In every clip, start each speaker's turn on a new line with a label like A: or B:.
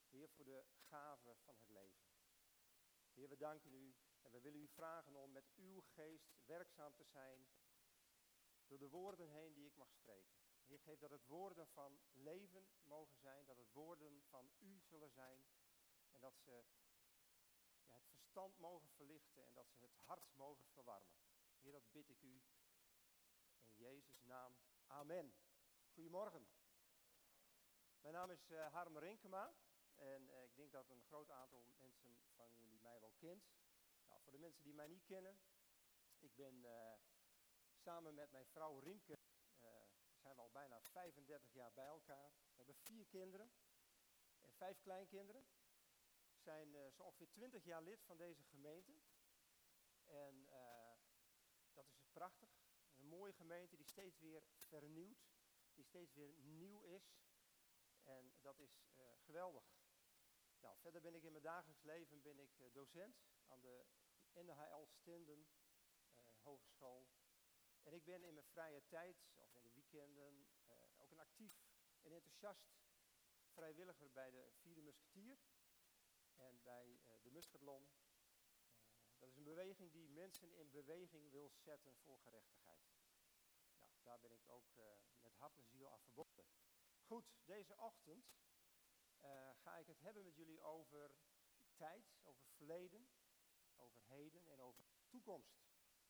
A: Heer, voor de gave van het leven. Heer, we danken u en we willen u vragen om met uw geest werkzaam te zijn door de woorden heen die ik mag spreken. Heer, geef dat het woorden van leven mogen zijn, dat het woorden van u zullen zijn en dat ze het verstand mogen verlichten en dat ze het hart mogen verwarmen. Heer, dat bid ik u in Jezus' naam. Amen. Goedemorgen. Mijn naam is Harm Rinkema en ik denk dat een groot aantal mensen van jullie mij wel kent. Nou, voor de mensen die mij niet kennen, ik ben samen met mijn vrouw Riemke, zijn we al bijna 35 jaar bij elkaar. We hebben 4 kinderen en 5 kleinkinderen. We zijn zo ongeveer 20 jaar lid van deze gemeente. En dat is prachtig. Een mooie gemeente die steeds weer vernieuwt, die steeds weer nieuw is. En dat is geweldig. Nou, verder ben ik in mijn dagelijks leven docent aan de NHL Stenden Hogeschool. En ik ben in mijn vrije tijd, of in de weekenden, ook een actief en enthousiast vrijwilliger bij de Vierde Musketier en bij de Muskathlon. Dat is een beweging die mensen in beweging wil zetten voor gerechtigheid. Nou, daar ben ik ook met hart en ziel aan verbonden. Goed, deze ochtend ga ik het hebben met jullie over tijd, over verleden, over heden en over toekomst.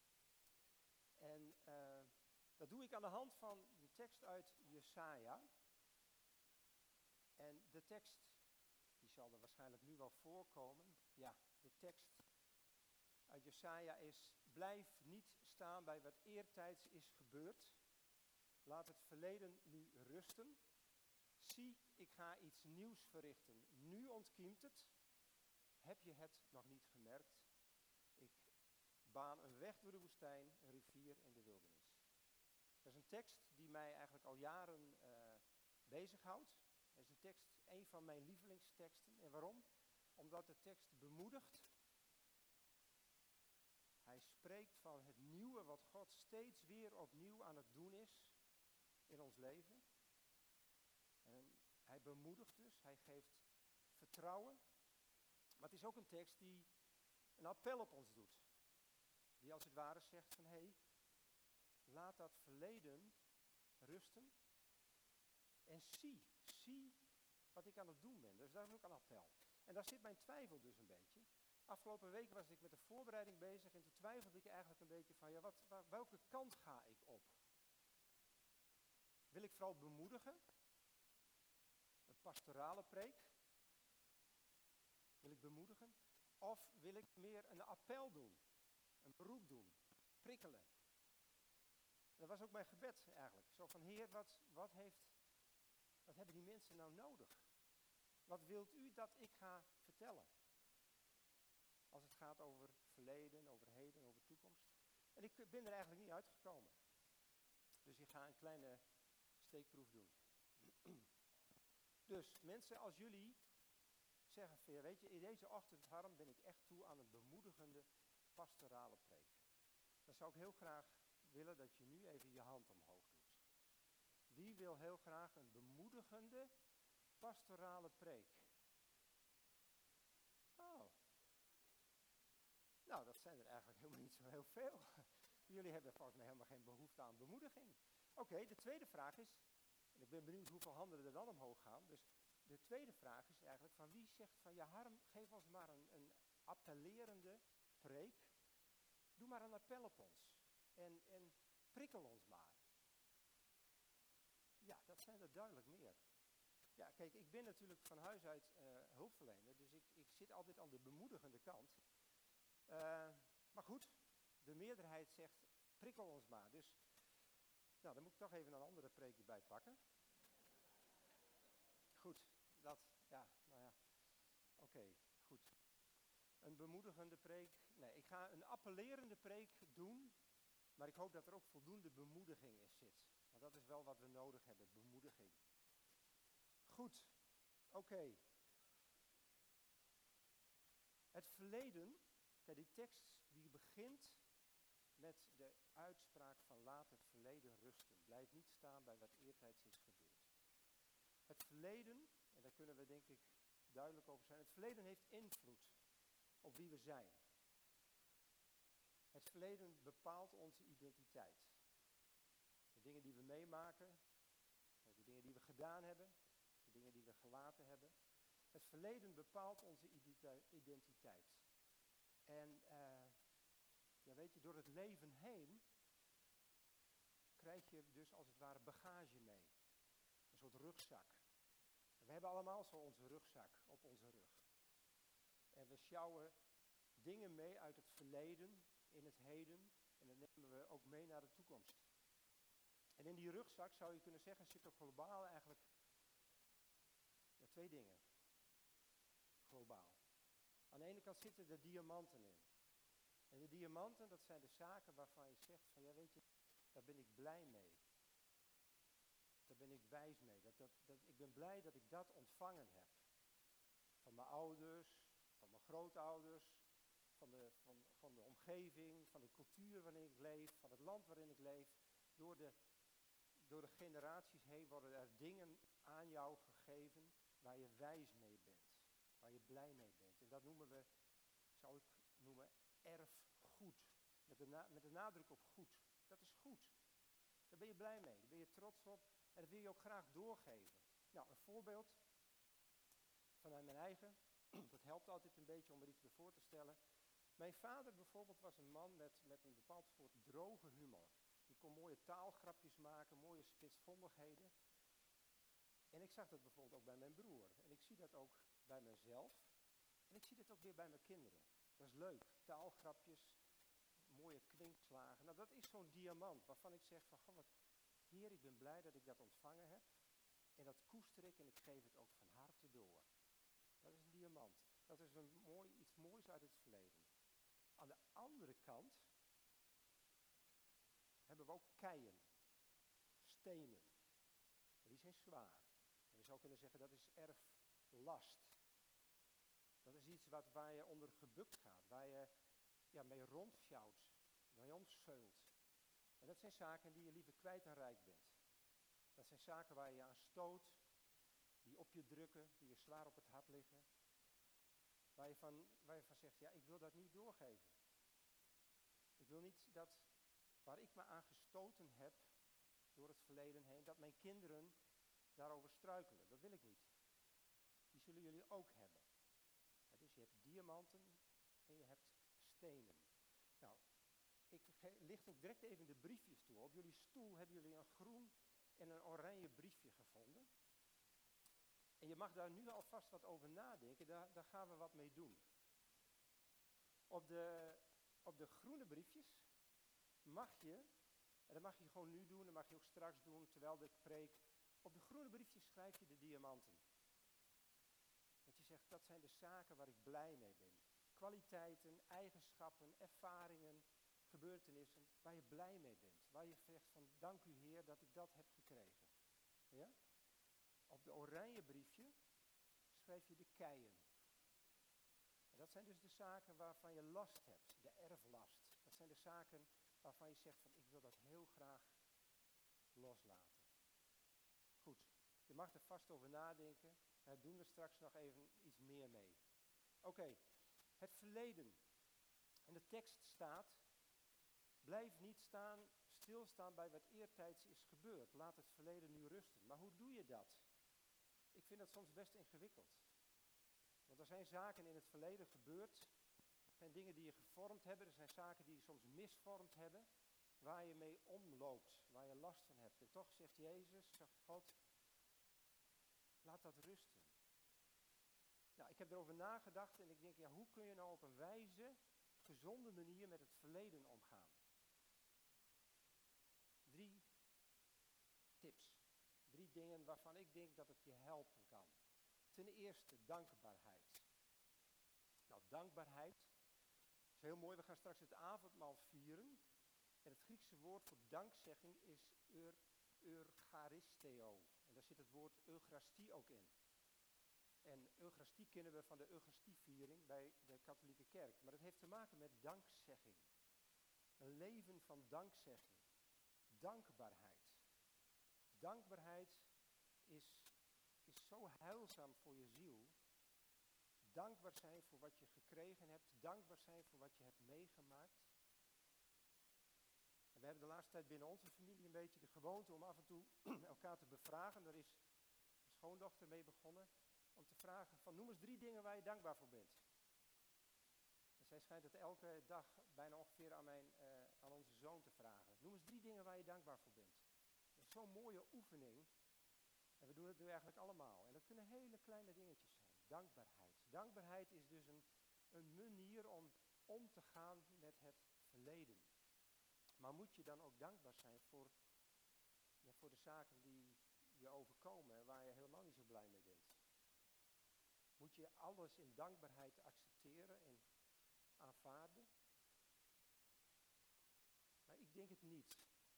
A: En dat doe ik aan de hand van een tekst uit Jesaja. En de tekst, die zal er waarschijnlijk nu wel voorkomen. Ja, de tekst uit Jesaja is: blijf niet staan bij wat eertijds is gebeurd. Laat het verleden nu rusten. Zie, ik ga iets nieuws verrichten. Nu ontkiemt het. Heb je het nog niet gemerkt? Ik baan een weg door de woestijn, een rivier in de wildernis. Dat is een tekst die mij eigenlijk al jaren bezighoudt. Dat is een tekst, een van mijn lievelingsteksten. En waarom? Omdat de tekst bemoedigt. Hij spreekt van het nieuwe wat God steeds weer opnieuw aan het doen is in ons leven. En hij bemoedigt dus, hij geeft vertrouwen. Maar het is ook een tekst die een appel op ons doet. Die als het ware zegt van hé, laat dat verleden rusten. En zie wat ik aan het doen ben. Dus daar is ook een appel. En daar zit mijn twijfel dus een beetje. Afgelopen week was ik met de voorbereiding bezig en toen twijfelde ik eigenlijk een beetje van ja, welke kant ga ik op? Wil ik vooral bemoedigen? Een pastorale preek? Wil ik bemoedigen? Of wil ik meer een appel doen? Een beroep doen? Prikkelen? Dat was ook mijn gebed eigenlijk. Zo van Heer, wat hebben die mensen nou nodig? Wat wilt u dat ik ga vertellen? Als het gaat over verleden, over heden, over toekomst. En ik ben er eigenlijk niet uitgekomen. Dus ik ga een kleine steekproef doen. Dus mensen, als jullie zeggen van ja, weet je, in deze ochtend, Harm, ben ik echt toe aan een bemoedigende pastorale preek. Dan zou ik heel graag willen dat je nu even je hand omhoog doet. Wie wil heel graag een bemoedigende pastorale preek? Oh. Nou, dat zijn er eigenlijk helemaal niet zo heel veel. Jullie hebben volgens mij helemaal geen behoefte aan bemoediging. Oké, de tweede vraag is, en ik ben benieuwd hoeveel handen er dan omhoog gaan. Dus de tweede vraag is eigenlijk van wie zegt van ja Harm, geef ons maar een appellerende preek. Doe maar een appel op ons. En prikkel ons maar. Ja, dat zijn er duidelijk meer. Ja, kijk, ik ben natuurlijk van huis uit hulpverlener, dus ik zit altijd aan de bemoedigende kant. Maar goed, de meerderheid zegt, prikkel ons maar. Dus, nou, dan moet ik toch even een andere preek erbij pakken. Goed, oké, goed. Een bemoedigende preek, nee, ik ga een appellerende preek doen, maar ik hoop dat er ook voldoende bemoediging in zit. Want dat is wel wat we nodig hebben, bemoediging. Goed, oké. Het verleden, kijk, die tekst die begint met de uitspraak van laat het verleden rusten. Blijf niet staan bij wat eertijds is gebeurd. Het verleden, en daar kunnen we denk ik duidelijk over zijn. Het verleden heeft invloed op wie we zijn. Het verleden bepaalt onze identiteit. De dingen die we meemaken, de dingen die we gedaan hebben, de dingen die we gelaten hebben. Het verleden bepaalt onze identiteit. En ja, weet je, door het leven heen krijg je dus als het ware bagage mee. Een soort rugzak. We hebben allemaal zo onze rugzak op onze rug. En we sjouwen dingen mee uit het verleden, in het heden. En dat nemen we ook mee naar de toekomst. En in die rugzak zou je kunnen zeggen, zitten globaal eigenlijk twee dingen. Globaal. Aan de ene kant zitten de diamanten in. En de diamanten, dat zijn de zaken waarvan je zegt van ja weet je, daar ben ik blij mee. Daar ben ik wijs mee. Ik ben blij dat ik dat ontvangen heb. Van mijn ouders, van mijn grootouders, van de omgeving, van de cultuur waarin ik leef, van het land waarin ik leef. Door de generaties heen worden er dingen aan jou gegeven waar je wijs mee bent. Waar je blij mee bent. En dat noemen we, zou ik noemen, erfgoed. Met de nadruk op goed. Dat is goed. Daar ben je blij mee. Daar ben je trots op. En dat wil je ook graag doorgeven. Nou, een voorbeeld vanuit mijn eigen. Dat helpt altijd een beetje om er iets bij voor te stellen. Mijn vader bijvoorbeeld was een man met een bepaald soort droge humor. Die kon mooie taalgrapjes maken, mooie spitsvondigheden. En ik zag dat bijvoorbeeld ook bij mijn broer. En ik zie dat ook bij mezelf. En ik zie dat ook weer bij mijn kinderen. Dat is leuk. Taalgrapjes, mooie kwinkslagen. Nou, dat is zo'n diamant waarvan ik zeg van, goh, Heer, ik ben blij dat ik dat ontvangen heb. En dat koester ik en ik geef het ook van harte door. Dat is een diamant. Dat is iets moois uit het verleden. Aan de andere kant hebben we ook keien, stenen. En die zijn zwaar. En je zou kunnen zeggen dat is erflast. Dat is iets waar je onder gebukt gaat, waar je mee rondsjouwt, mee rondzeult. En dat zijn zaken die je liever kwijt en rijk bent. Dat zijn zaken waar je aan stoot, die op je drukken, die je zwaar op het hart liggen. Waar je van zegt, ja, ik wil dat niet doorgeven. Ik wil niet dat, waar ik me aan gestoten heb door het verleden heen, dat mijn kinderen daarover struikelen. Dat wil ik niet. Die zullen jullie ook hebben. Dus je hebt diamanten en je hebt stenen. Nou, ik licht ook direct even de briefjes toe. Op jullie stoel hebben jullie een groen en een oranje briefje gevonden. En je mag daar nu alvast wat over nadenken, daar gaan we wat mee doen. Op de groene briefjes mag je, en dat mag je gewoon nu doen, dat mag je ook straks doen, terwijl ik preek. Op de groene briefjes schrijf je de diamanten. Dat je zegt, dat zijn de zaken waar ik blij mee ben. Kwaliteiten, eigenschappen, ervaringen, gebeurtenissen, waar je blij mee bent. Waar je zegt van, dank u Heer dat ik dat heb gekregen. Ja? Op de oranje briefje schrijf je de keien. En dat zijn dus de zaken waarvan je last hebt, de erflast. Dat zijn de zaken waarvan je zegt van, ik wil dat heel graag loslaten. Goed, je mag er vast over nadenken. Daar doen we straks nog even iets meer mee. Oké, het verleden. En de tekst staat, blijf niet stilstaan bij wat eertijds is gebeurd. Laat het verleden nu rusten. Maar hoe doe je dat? Ik vind dat soms best ingewikkeld. Want er zijn zaken in het verleden gebeurd. Er zijn dingen die je gevormd hebben. Er zijn zaken die je soms misvormd hebben. Waar je mee omloopt. Waar je last van hebt. En toch zegt Jezus, zegt God, laat dat rusten. Nou, ik heb erover nagedacht en ik denk, ja, hoe kun je nou op een wijze, gezonde manier met het verleden omgaan? 3 tips. 3 dingen waarvan ik denk dat het je helpen kan. Ten eerste, dankbaarheid. Nou, dankbaarheid is heel mooi. We gaan straks het avondmaal vieren. En het Griekse woord voor dankzegging is eucharisteo. En daar zit het woord eucharistie ook in. En eucharistie kennen we van de Eucharistieviering bij de katholieke kerk. Maar het heeft te maken met dankzegging. Een leven van dankzegging. Dankbaarheid. Dankbaarheid is zo heilzaam voor je ziel. dankbaar zijn voor wat je gekregen hebt, dankbaar zijn voor wat je hebt meegemaakt. En we hebben de laatste tijd binnen onze familie een beetje de gewoonte om af en toe elkaar te bevragen. Daar is mijn schoondochter mee begonnen. Om te vragen van noem eens 3 dingen waar je dankbaar voor bent. En zij schijnt het elke dag bijna ongeveer aan onze zoon te vragen. Noem eens 3 dingen waar je dankbaar voor bent. Dat is zo'n mooie oefening. En we doen het nu eigenlijk allemaal. En dat kunnen hele kleine dingetjes zijn. Dankbaarheid. Dankbaarheid is dus een manier om te gaan met het verleden. Maar moet je dan ook dankbaar zijn voor de zaken die je overkomen en waar je helemaal niet zo blij mee bent? Moet je alles in dankbaarheid accepteren en aanvaarden? Nou, ik denk het niet.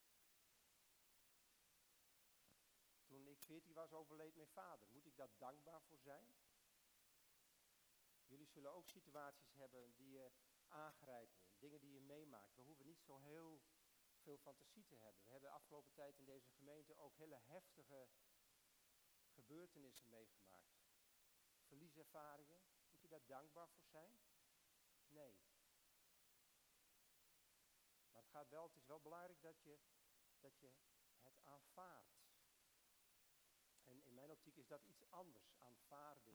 A: Toen ik 14 was, overleed mijn vader. Moet ik daar dankbaar voor zijn? Jullie zullen ook situaties hebben die je aangrijpen, dingen die je meemaakt. We hoeven niet zo heel veel fantasie te hebben. We hebben de afgelopen tijd in deze gemeente ook hele heftige gebeurtenissen meegemaakt. Verlieservaringen. Moet je daar dankbaar voor zijn? Nee. Maar het is wel belangrijk dat je het aanvaardt. En in mijn optiek is dat iets anders, aanvaarden.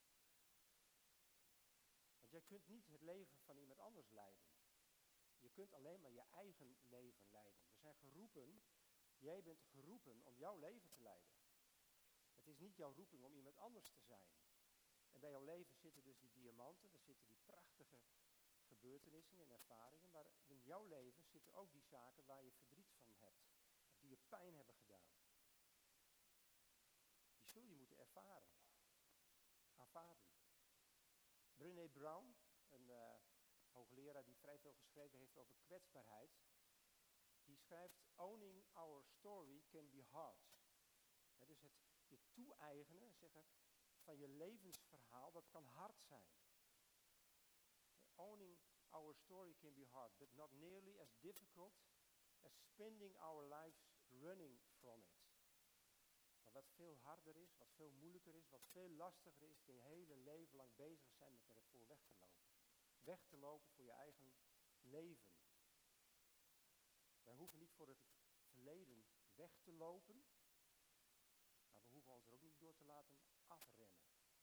A: Want jij kunt niet het leven van iemand anders leiden. Je kunt alleen maar je eigen leven leiden. We zijn geroepen, jij bent geroepen om jouw leven te leiden. Het is niet jouw roeping om iemand anders te zijn. En bij jouw leven zitten dus die diamanten, daar zitten die prachtige gebeurtenissen en ervaringen. Maar in jouw leven zitten ook die zaken waar je verdriet van hebt. Of die je pijn hebben gedaan. Die zul je moeten ervaren. Aanvaarden. Brené Brown, een hoogleraar die vrij veel geschreven heeft over kwetsbaarheid. Die schrijft, owning our story can be hard. Dus het je toe-eigenen, zeggen, van je levensverhaal, dat kan hard zijn. Owning our story can be hard, but not nearly as difficult as spending our lives running from it. Maar wat veel harder is, wat veel moeilijker is, wat veel lastiger is, je hele leven lang bezig zijn met ervoor weg te lopen. Weg te lopen voor je eigen leven. Wij hoeven niet voor het verleden weg te lopen, maar we hoeven ons er ook niet door te laten afrennen.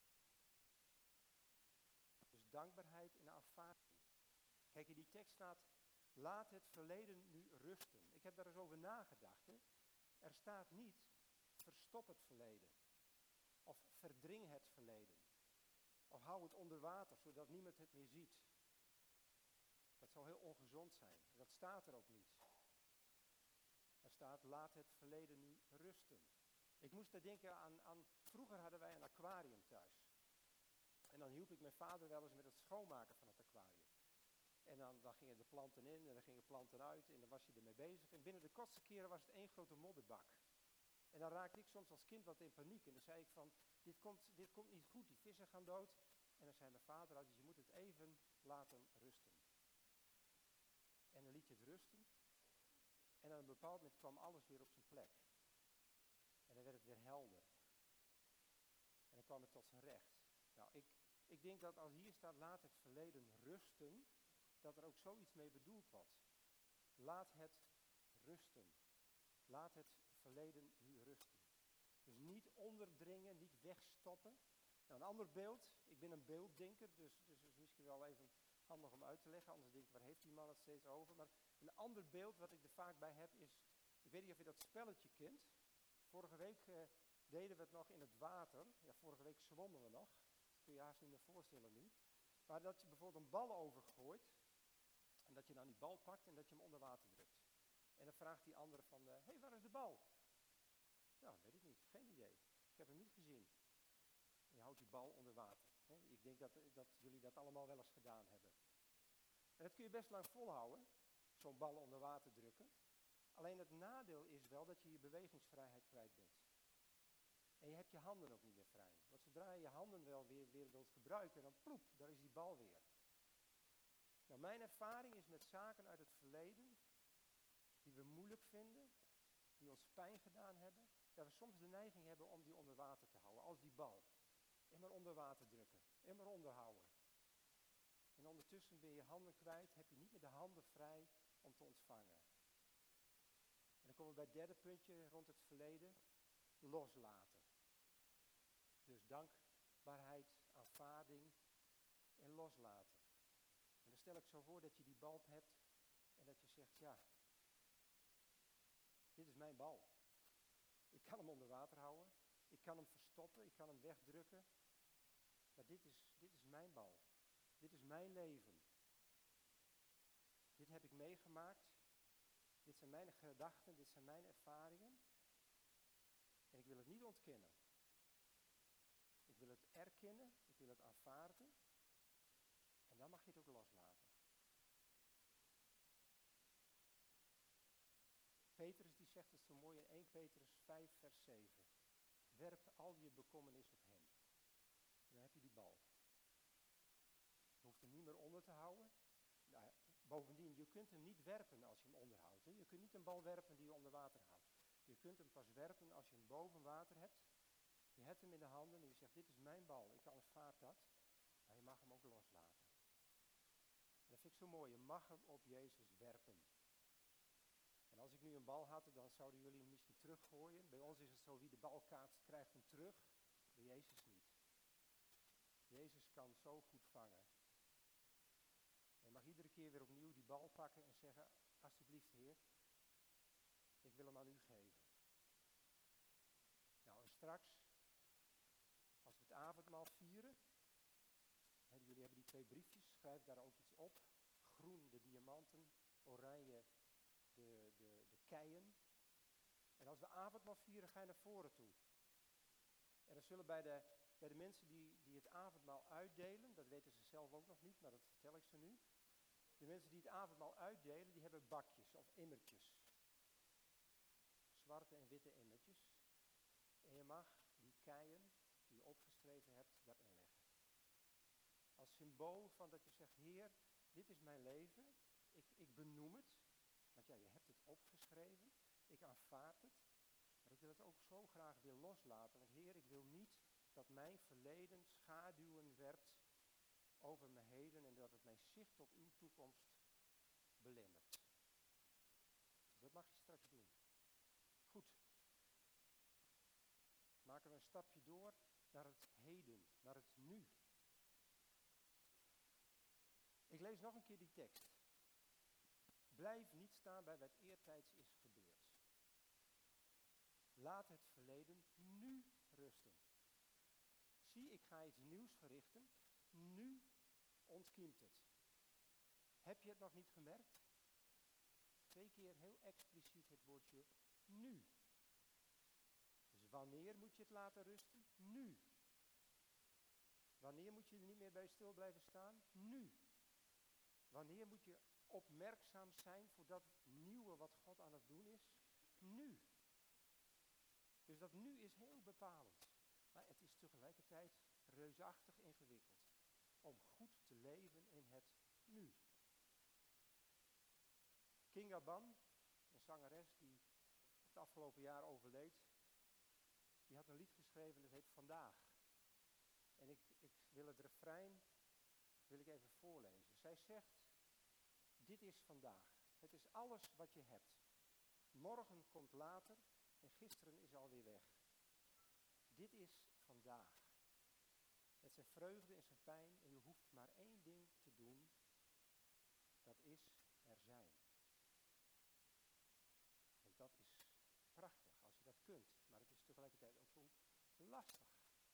A: Dus dankbaarheid en aanvaarding. Kijk, in die tekst staat, laat het verleden nu rusten. Ik heb daar eens over nagedacht. Hè. Er staat niet, verstop het verleden. Of verdring het verleden. Of hou het onder water, zodat niemand het meer ziet. Dat zou heel ongezond zijn. Dat staat er ook niet. Er staat, laat het verleden nu rusten. Ik moest daar denken aan vroeger hadden wij een aquarium thuis. En dan hielp ik mijn vader wel eens met het schoonmaken van het aquarium. En dan gingen de planten in en dan gingen planten uit en dan was hij ermee bezig. En binnen de kortste keren was het één grote modderbak. En dan raakte ik soms als kind wat in paniek. En dan zei ik van, dit komt niet goed, die vissen gaan dood. En dan zei mijn vader altijd, je moet het even laten rusten. En dan liet je het rusten. En aan een bepaald moment kwam alles weer op zijn plek. En dan werd het weer helder. En dan kwam het tot zijn recht. Nou, ik denk dat als hier staat, laat het verleden rusten, dat er ook zoiets mee bedoeld was. Laat het rusten. Laat het verleden nu rusten. Dus niet onderdringen, niet wegstoppen. Nou, een ander beeld, ik ben een beelddenker, dus is misschien wel even handig om uit te leggen, anders denk ik, waar heeft die man het steeds over? Maar een ander beeld wat ik er vaak bij heb is, ik weet niet of je dat spelletje kent. Vorige week deden we het nog in het water. Ja, vorige week zwommen we nog. Dat kun je haast niet meer voorstellen nu. Maar dat je bijvoorbeeld een bal overgooit. En dat je dan die bal pakt en dat je hem onder water drukt. En dan vraagt die andere van, hé, waar is de bal? Nou, weet ik niet. Geen idee. Ik heb hem niet gezien. En je houdt die bal onder water. Ik denk dat jullie dat allemaal wel eens gedaan hebben. En dat kun je best lang volhouden. Zo'n bal onder water drukken. Alleen het nadeel is wel dat je je bewegingsvrijheid kwijt bent. En je hebt je handen ook niet meer vrij. Want zodra je je handen wel weer wilt gebruiken, dan ploep, daar is die bal weer. Nou, mijn ervaring is met zaken uit het verleden, die we moeilijk vinden, die ons pijn gedaan hebben, dat we soms de neiging hebben om die onder water te houden, als die bal. En maar onder water drukken. en maar onderhouden. En ondertussen ben je handen kwijt, heb je niet meer de handen vrij om te ontvangen. En dan komen we bij het derde puntje rond het verleden, loslaten. Dus dankbaarheid, aanvaarding en loslaten. En dan stel ik zo voor dat je die bal hebt en dat je zegt, ja, dit is mijn bal. Ik kan hem onder water houden, ik kan hem verstoppen, ik kan hem wegdrukken. Maar dit is mijn bal. Dit is mijn leven. Dit heb ik meegemaakt. Dit zijn mijn gedachten, dit zijn mijn ervaringen. En ik wil het niet ontkennen. Ik wil het erkennen, ik wil het aanvaarden. En dan mag je het ook loslaten. Petrus die zegt het zo mooi in 1 Petrus 5 vers 7. Werp al je bekommernis op hem. En dan heb je die bal. Je hoeft hem niet meer onder te houden. Nou, bovendien, je kunt hem niet werpen als je hem onderhoudt. Hè. Je kunt niet een bal werpen die je onder water houdt. Je kunt hem pas werpen als je hem boven water hebt. Je hebt hem in de handen en je zegt, dit is mijn bal, ik aanvaard dat. Maar je mag hem ook loslaten. En dat vind ik zo mooi, je mag hem op Jezus werpen. En als ik nu een bal had, dan zouden jullie hem misschien teruggooien. Bij ons is het zo, wie de bal kaatst, krijgt hem terug. Bij Jezus niet. Jezus kan zo goed vangen. En je mag iedere keer weer opnieuw die bal pakken en zeggen, alsjeblieft Heer, ik wil hem aan u geven. Nou en straks, als we het avondmaal vieren, jullie hebben die 2 briefjes, schrijf daar ook iets op. Groen de diamanten, oranje de keien. En als we avondmaal vieren, ga je naar voren toe. En dan zullen bij de mensen die het avondmaal uitdelen, dat weten ze zelf ook nog niet, maar dat vertel ik ze nu. De mensen die het avondmaal uitdelen, die hebben bakjes of emmertjes. Zwarte en witte emmertjes. En je mag die keien die je opgeschreven hebt, daarin leggen. Als symbool van dat je zegt, Heer, dit is mijn leven. Ik benoem het. Want ja, je hebt het opgeschreven. Ik aanvaard het. Maar ik wil het ook zo graag weer loslaten. Want Heer, ik wil niet dat mijn verleden schaduwen werpt over mijn heden. En dat het mijn zicht op uw toekomst belemmert. Dus dat mag je straks doen. Goed. Maken we een stapje door naar het heden, naar het nu. Ik lees nog een keer die tekst. Blijf niet staan bij wat eertijds is gebeurd. Laat het verleden nu rusten. Zie, ik ga iets nieuws verrichten. Nu ontkiemt het. Heb je het nog niet gemerkt? 2 keer heel expliciet het woordje nu. Dus wanneer moet je het laten rusten? Nu. Wanneer moet je er niet meer bij stil blijven staan? Nu. Wanneer moet je opmerkzaam zijn voor dat nieuwe wat God aan het doen is? Nu. Dus dat nu is heel bepalend. Maar het is tegelijkertijd reusachtig ingewikkeld. Om goed te leven in het nu. Kinga Ban, een zangeres die het afgelopen jaar overleed, die had een lied geschreven dat heet Vandaag. En ik wil het refrein even voorlezen. Zij zegt, dit is vandaag. Het is alles wat je hebt. Morgen komt later en gisteren is alweer weg. Dit is vandaag. Met zijn vreugde en zijn pijn en je hoeft maar 1 ding te doen. Dat is er zijn. En dat is prachtig als je dat kunt. Maar het is tegelijkertijd ook zo lastig.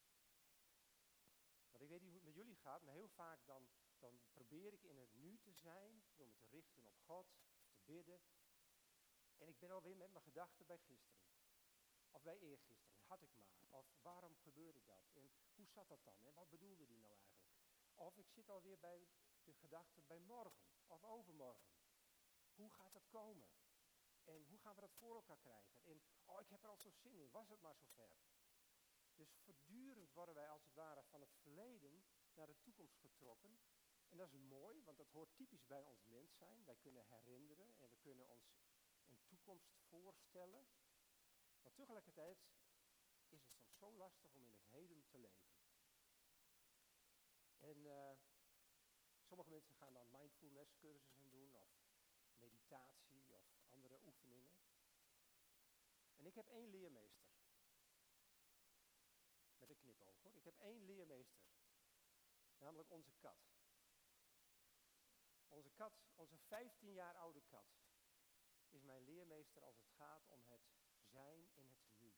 A: Want ik weet niet hoe het met jullie gaat, maar heel vaak dan probeer ik in het nu te zijn, door me te richten op God, te bidden. En ik ben alweer met mijn gedachten bij gisteren. Of bij eergisteren, had ik maar. Of waarom gebeurde dat? En hoe zat dat dan? En wat bedoelde die nou eigenlijk? Of ik zit alweer bij de gedachten bij morgen of overmorgen. Hoe gaat dat komen? En hoe gaan we dat voor elkaar krijgen? En ik heb er al zo zin in, was het maar zover. Dus voortdurend worden wij als het ware van het verleden naar de toekomst getrokken. En dat is mooi, want dat hoort typisch bij ons mens zijn. Wij kunnen herinneren en we kunnen ons een toekomst voorstellen. Maar tegelijkertijd is het soms zo lastig om in het heden te leven. mensen gaan dan mindfulness cursussen doen of meditatie of andere oefeningen. En ik heb 1 leermeester. Met een knipoog hoor. Ik heb 1 leermeester. Namelijk onze kat. Onze kat, onze 15 jaar oude kat, is mijn leermeester als het gaat om het zijn in het nu.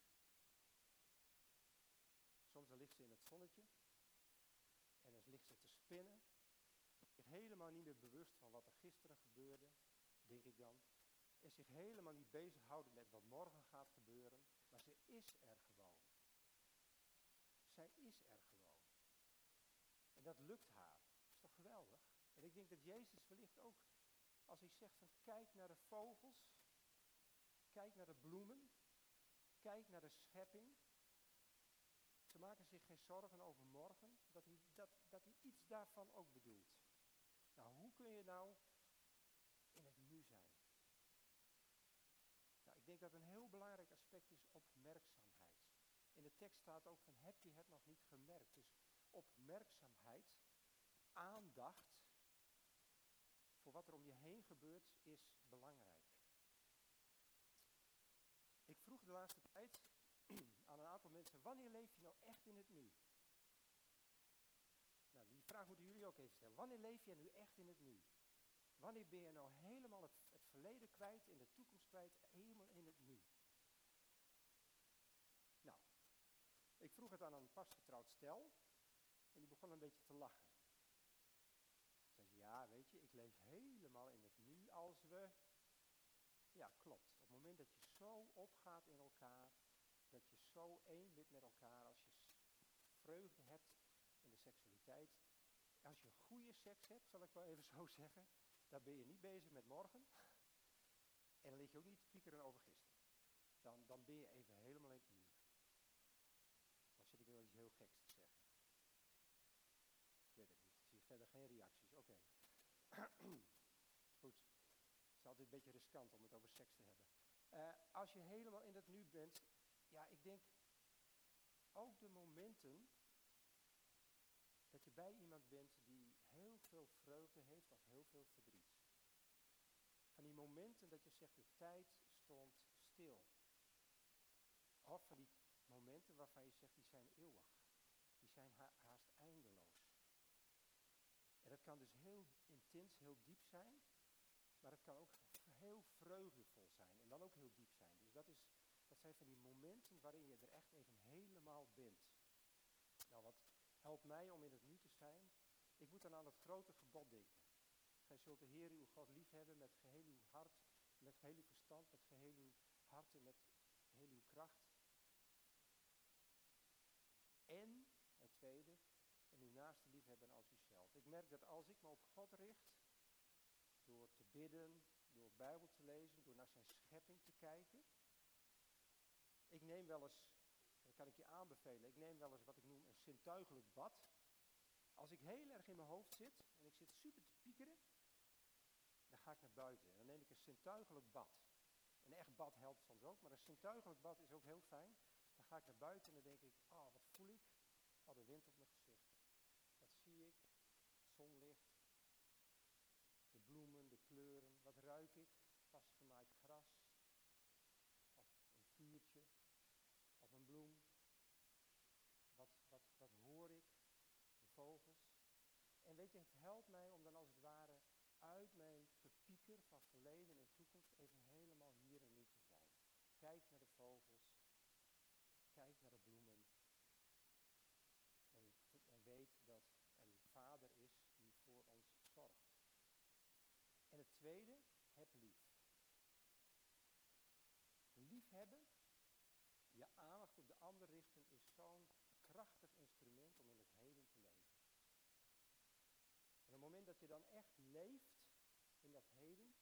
A: Soms dan ligt ze in het zonnetje en dan ligt ze te spinnen. Zich helemaal niet meer bewust van wat er gisteren gebeurde, denk ik dan. En zich helemaal niet bezighouden met wat morgen gaat gebeuren. Maar ze is er gewoon. Zij is er gewoon. En dat lukt haar. Dat is toch geweldig? En ik denk dat Jezus wellicht ook, als hij zegt van kijk naar de vogels, kijk naar de bloemen, kijk naar de schepping. Ze maken zich geen zorgen over morgen, dat hij iets daarvan ook bedoelt. Nou, hoe kun je nou in het nu zijn? Nou, ik denk dat een heel belangrijk aspect is opmerkzaamheid. In de tekst staat ook van heb je het nog niet gemerkt? Dus opmerkzaamheid, aandacht voor wat er om je heen gebeurt is belangrijk. Ik vroeg de laatste tijd aan een aantal mensen, wanneer leef je nou echt in het nu? Nou, die vraag moeten jullie ook even stellen. Wanneer leef je nu echt in het nu? Wanneer ben je nou helemaal het verleden kwijt en de toekomst kwijt, helemaal in het nu? Nou, ik vroeg het aan een pasgetrouwd stel en die begon een beetje te lachen. Zei ze, ja, weet je, ik leef helemaal in het nu als we... Ja, klopt. Op het moment dat je zo opgaat in elkaar, dat je zo één bent met elkaar, als je vreugde hebt in de seksualiteit. Als je goede seks hebt, zal ik wel even zo zeggen, dan ben je niet bezig met morgen. En dan lig je ook niet te piekeren over gisteren. Dan ben je even helemaal in het nu. Dan zit ik wel iets heel geks te zeggen. Ik weet het niet. Ik zie verder geen reacties. Oké. Goed. Het is altijd een beetje riskant om het over seks te hebben. Als je helemaal in het nu bent, ja, ik denk ook de momenten dat je bij iemand bent die heel veel vreugde heeft of heel veel verdriet. Van die momenten dat je zegt, de tijd stond stil. Of van die momenten waarvan je zegt, die zijn eeuwig. Die zijn haast eindeloos. En dat kan dus heel intens, heel diep zijn. Maar het kan ook heel vreugdevol zijn. En dan ook heel diep zijn. Dus dat zijn van die momenten waarin je er echt even helemaal bent. Nou, wat helpt mij om in het nu te zijn? Ik moet dan aan het grote gebod denken. Gij zult de Heer uw God liefhebben met geheel uw hart, met geheel uw verstand, met geheel uw hart en met geheel uw kracht. En, het tweede, en uw naaste liefhebben als uzelf. Ik merk dat als ik me op God richt, door te bidden, door Bijbel te lezen, door naar zijn schepping te kijken. Ik neem wel eens, dat kan ik je aanbevelen, ik neem wel eens wat ik noem een zintuigelijk bad. Als ik heel erg in mijn hoofd zit en ik zit super te piekeren, dan ga ik naar buiten en dan neem ik een zintuigelijk bad. Een echt bad helpt soms ook, maar een zintuigelijk bad is ook heel fijn. Dan ga ik naar buiten en dan denk ik, oh wat voel ik? Oh, de wind op mijn gezicht. Wat zie ik? Het zonlicht. De bloemen, de kleuren. Wat ruik ik? Vastgemaaid gras. Of een vuurtje. Of een bloem. Wat hoor ik? De vogels. En weet je, het helpt mij om dan als het ware uit mijn gepieker van verleden en toekomst even helemaal hier en nu te zijn. Kijk naar de vogels. Kijk naar de bloemen. En weet dat er een vader is die voor ons zorgt. En het tweede, heb lief. Liefhebben, je aandacht op de ander richten, is zo'n krachtig instrument om in het heden te leven. En op het moment dat je dan echt leeft in dat heden,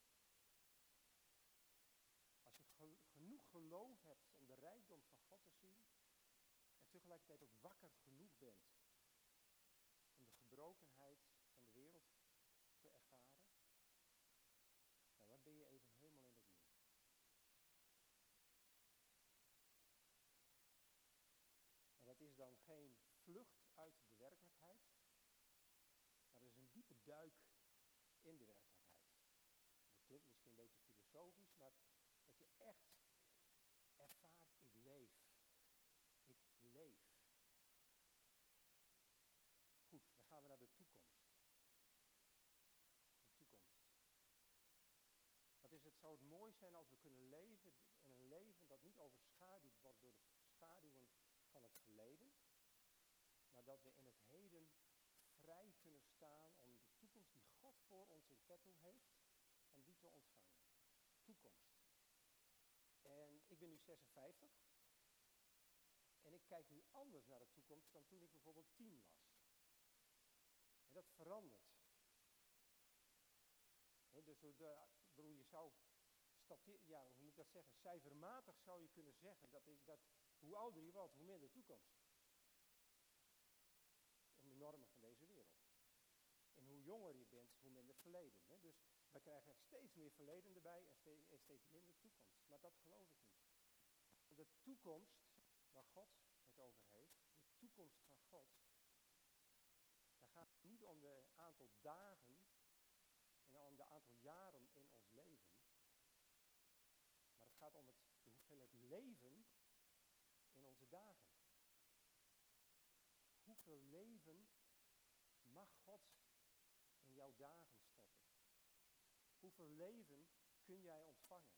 A: als je genoeg geloof hebt om de rijkdom van God te zien, en tegelijkertijd ook wakker genoeg bent om de gebrokenheid van de wereld te ervaren, nou, dan ben je even helemaal in het nu. En dat is dan geen vlucht uit de werkelijkheid, maar dat is een diepe duik in de werkelijkheid. Dat klinkt misschien een beetje filosofisch, maar dat je echt ervaart, ik leef. Ik leef. Goed, dan gaan we naar de toekomst. De toekomst. Zou het mooi zijn als we kunnen leven in een leven dat niet overschaduwd wordt door de schaduwen van het verleden, maar dat we in het heden vrij kunnen staan om de toekomst die God voor ons in petto heeft, om die te ontvangen. Toekomst. En ik ben nu 56 en ik kijk nu anders naar de toekomst dan toen ik bijvoorbeeld 10 was. En dat verandert. He, dus je zou, hoe moet ik dat zeggen, cijfermatig zou je kunnen zeggen dat hoe ouder je wordt, hoe meer de toekomst. In de normen van deze wereld. En hoe jonger je bent, hoe minder verleden. Hè? Dus we krijgen steeds meer verleden erbij en steeds minder toekomst. Maar dat geloof ik niet. De toekomst waar God het over heeft, de toekomst van God, daar gaat het niet om de aantal dagen en om de aantal jaren in ons leven. Maar het gaat om de hoeveelheid leven in onze dagen. Hoeveel leven mag God in jouw dagen stoppen? Hoeveel leven kun jij ontvangen?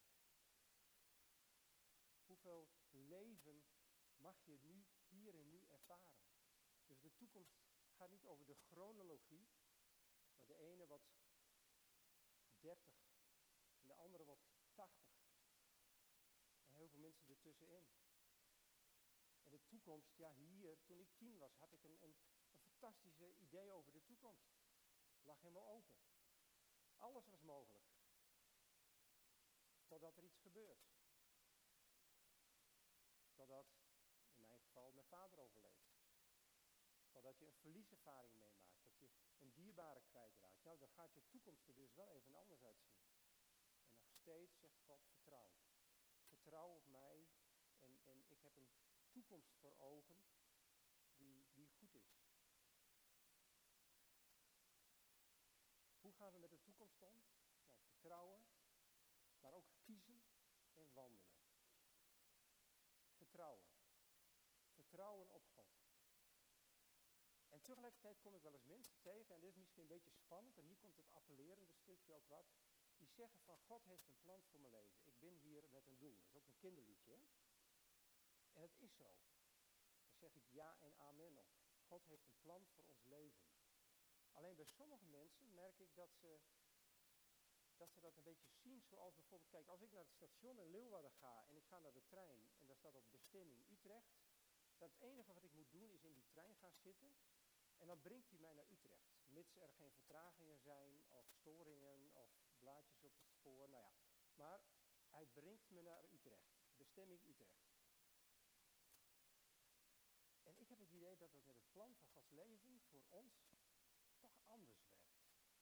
A: Hoeveel leven mag je nu, hier en nu ervaren? Dus de toekomst gaat niet over de chronologie, maar de ene wordt 30 en de andere wordt 80. En heel veel mensen ertussenin. En de toekomst, ja hier, toen ik 10 was, had ik een fantastische idee over de toekomst. Het lag helemaal open. Alles was mogelijk. Totdat er iets gebeurt. Totdat, in mijn geval, mijn vader overleed. Totdat je een verlieservaring meemaakt. Dat je een dierbare kwijtraakt. Nou, dan gaat je toekomst er dus wel even anders uitzien. En nog steeds zegt God, vertrouw. Vertrouw op mij. En ik heb een toekomst voor ogen die goed is. Hoe gaan we met de toekomst om? Nou, vertrouwen, maar ook kiezen en wandelen. Vertrouwen. Vertrouwen op God. En tegelijkertijd kom ik wel eens mensen tegen, en dit is misschien een beetje spannend, en hier komt het appellerende stukje ook wat, die zeggen van God heeft een plan voor mijn leven. Ik ben hier met een doel. Dat is ook een kinderliedje, hè? En het is zo. Daar zeg ik ja en amen op. God heeft een plan voor ons leven. Alleen bij sommige mensen merk ik dat ze dat een beetje zien zoals bijvoorbeeld, kijk, als ik naar het station in Leeuwarden ga en ik ga naar de trein en daar staat op bestemming Utrecht, dan het enige wat ik moet doen is in die trein gaan zitten en dan brengt hij mij naar Utrecht. Mits er geen vertragingen zijn of storingen of blaadjes op het spoor, nou ja. Maar hij brengt me naar Utrecht, bestemming Utrecht. En ik heb het idee dat het met het plan van Gods leven voor ons toch anders werkt.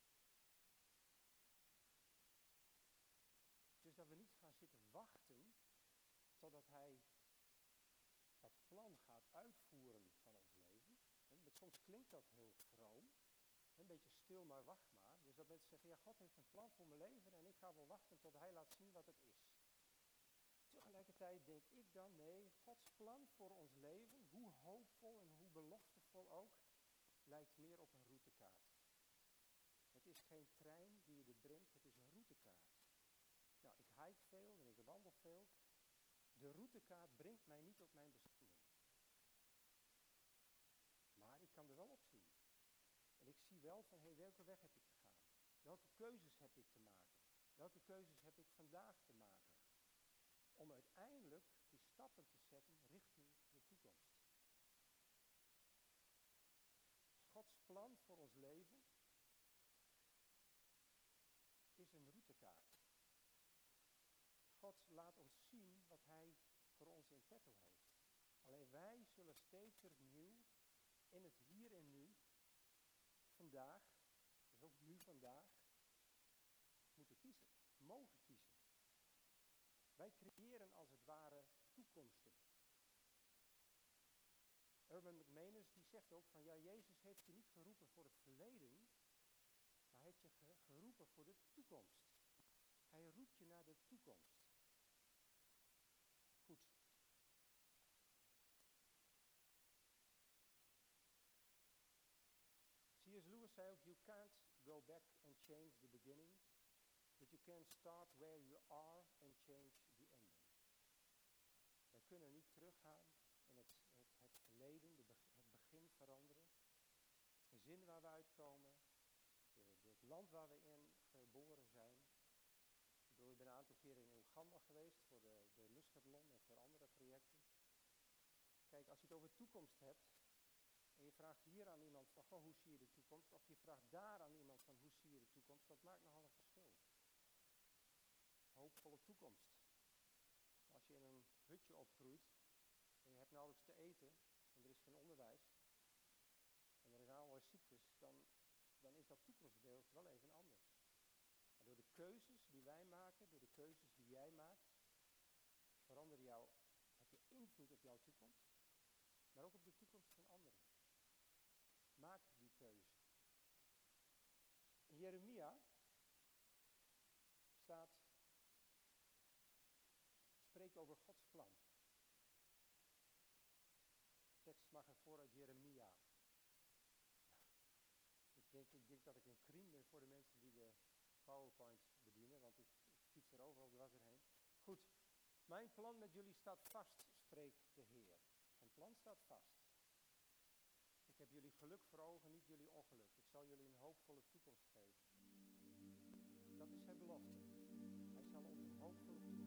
A: Dus dat we niet gaan zitten wachten totdat hij dat plan gaat uitvoeren van ons leven. Soms klinkt dat heel vroom, een beetje stil maar wacht maar. Dus dat mensen zeggen, ja, God heeft een plan voor mijn leven en ik ga wel wachten tot hij laat zien wat het is. Tegelijkertijd denk ik dan, nee, Gods plan voor ons leven, hoe hoopvol en hoe beloftevol ook, lijkt meer op een routekaart. Het is geen trein die je er brengt, het is een routekaart. Nou, ik hike veel en ik wandel veel. De routekaart brengt mij niet op mijn bestemming. Maar ik kan er wel op zien. En ik zie wel van, hé, welke weg heb ik te gaan? Welke keuzes heb ik te maken? Welke keuzes heb ik vandaag te maken? Om uiteindelijk die stappen te zetten richting de toekomst. Gods plan voor ons leven is een routekaart. God laat ons zien wat hij voor ons in petto heeft. Alleen wij zullen steeds weer opnieuw in het hier en nu, vandaag, dus ook nu vandaag, moeten kiezen, mogen kiezen. Wij creëren als het ware toekomsten. Urban McManus die zegt ook van, ja, Jezus heeft je niet geroepen voor het verleden, maar heeft je geroepen voor de toekomst. Hij roept je naar de toekomst. Goed. C.S. Lewis zei ook, you can't go back and change the beginning, but you can start where you are and change the ending. Wij kunnen niet teruggaan in het verleden, het begin veranderen. Het gezin waar we uitkomen, het land waar we in geboren zijn. Ik ben een aantal keren in Oeganda geweest voor de Muscatlon en voor andere projecten. Kijk, als je het over toekomst hebt en je vraagt hier aan iemand van, goh, hoe zie je de toekomst? Of je vraagt daar aan iemand van, hoe zie je de toekomst? Dat maakt nogal een verschil. Hoopvolle toekomst. Maar als je in een hutje opgroeit en je hebt nauwelijks te eten en er is geen onderwijs en er zijn allerlei ziektes, dan is dat toekomstbeeld wel even anders. Maar door de keuzes die wij maken, door de keuzes die jij maakt, heb je invloed op jouw toekomst, maar ook op de toekomst van anderen. Maak die keuze. In Jeremia staat, spreekt over Gods plan. De tekst mag ervoor uit Jeremia. Ik denk dat ik een crime ben voor de mensen die de PowerPoint bedienen, want ik fiets er overal dwars doorheen. Goed, mijn plan met jullie staat vast, spreekt de Heer. Zijn plan staat vast. Ik heb jullie geluk voor ogen, niet jullie ongeluk. Ik zal jullie een hoopvolle toekomst geven. Dat is zijn belofte. Hij zal ons een hoopvolle toekomst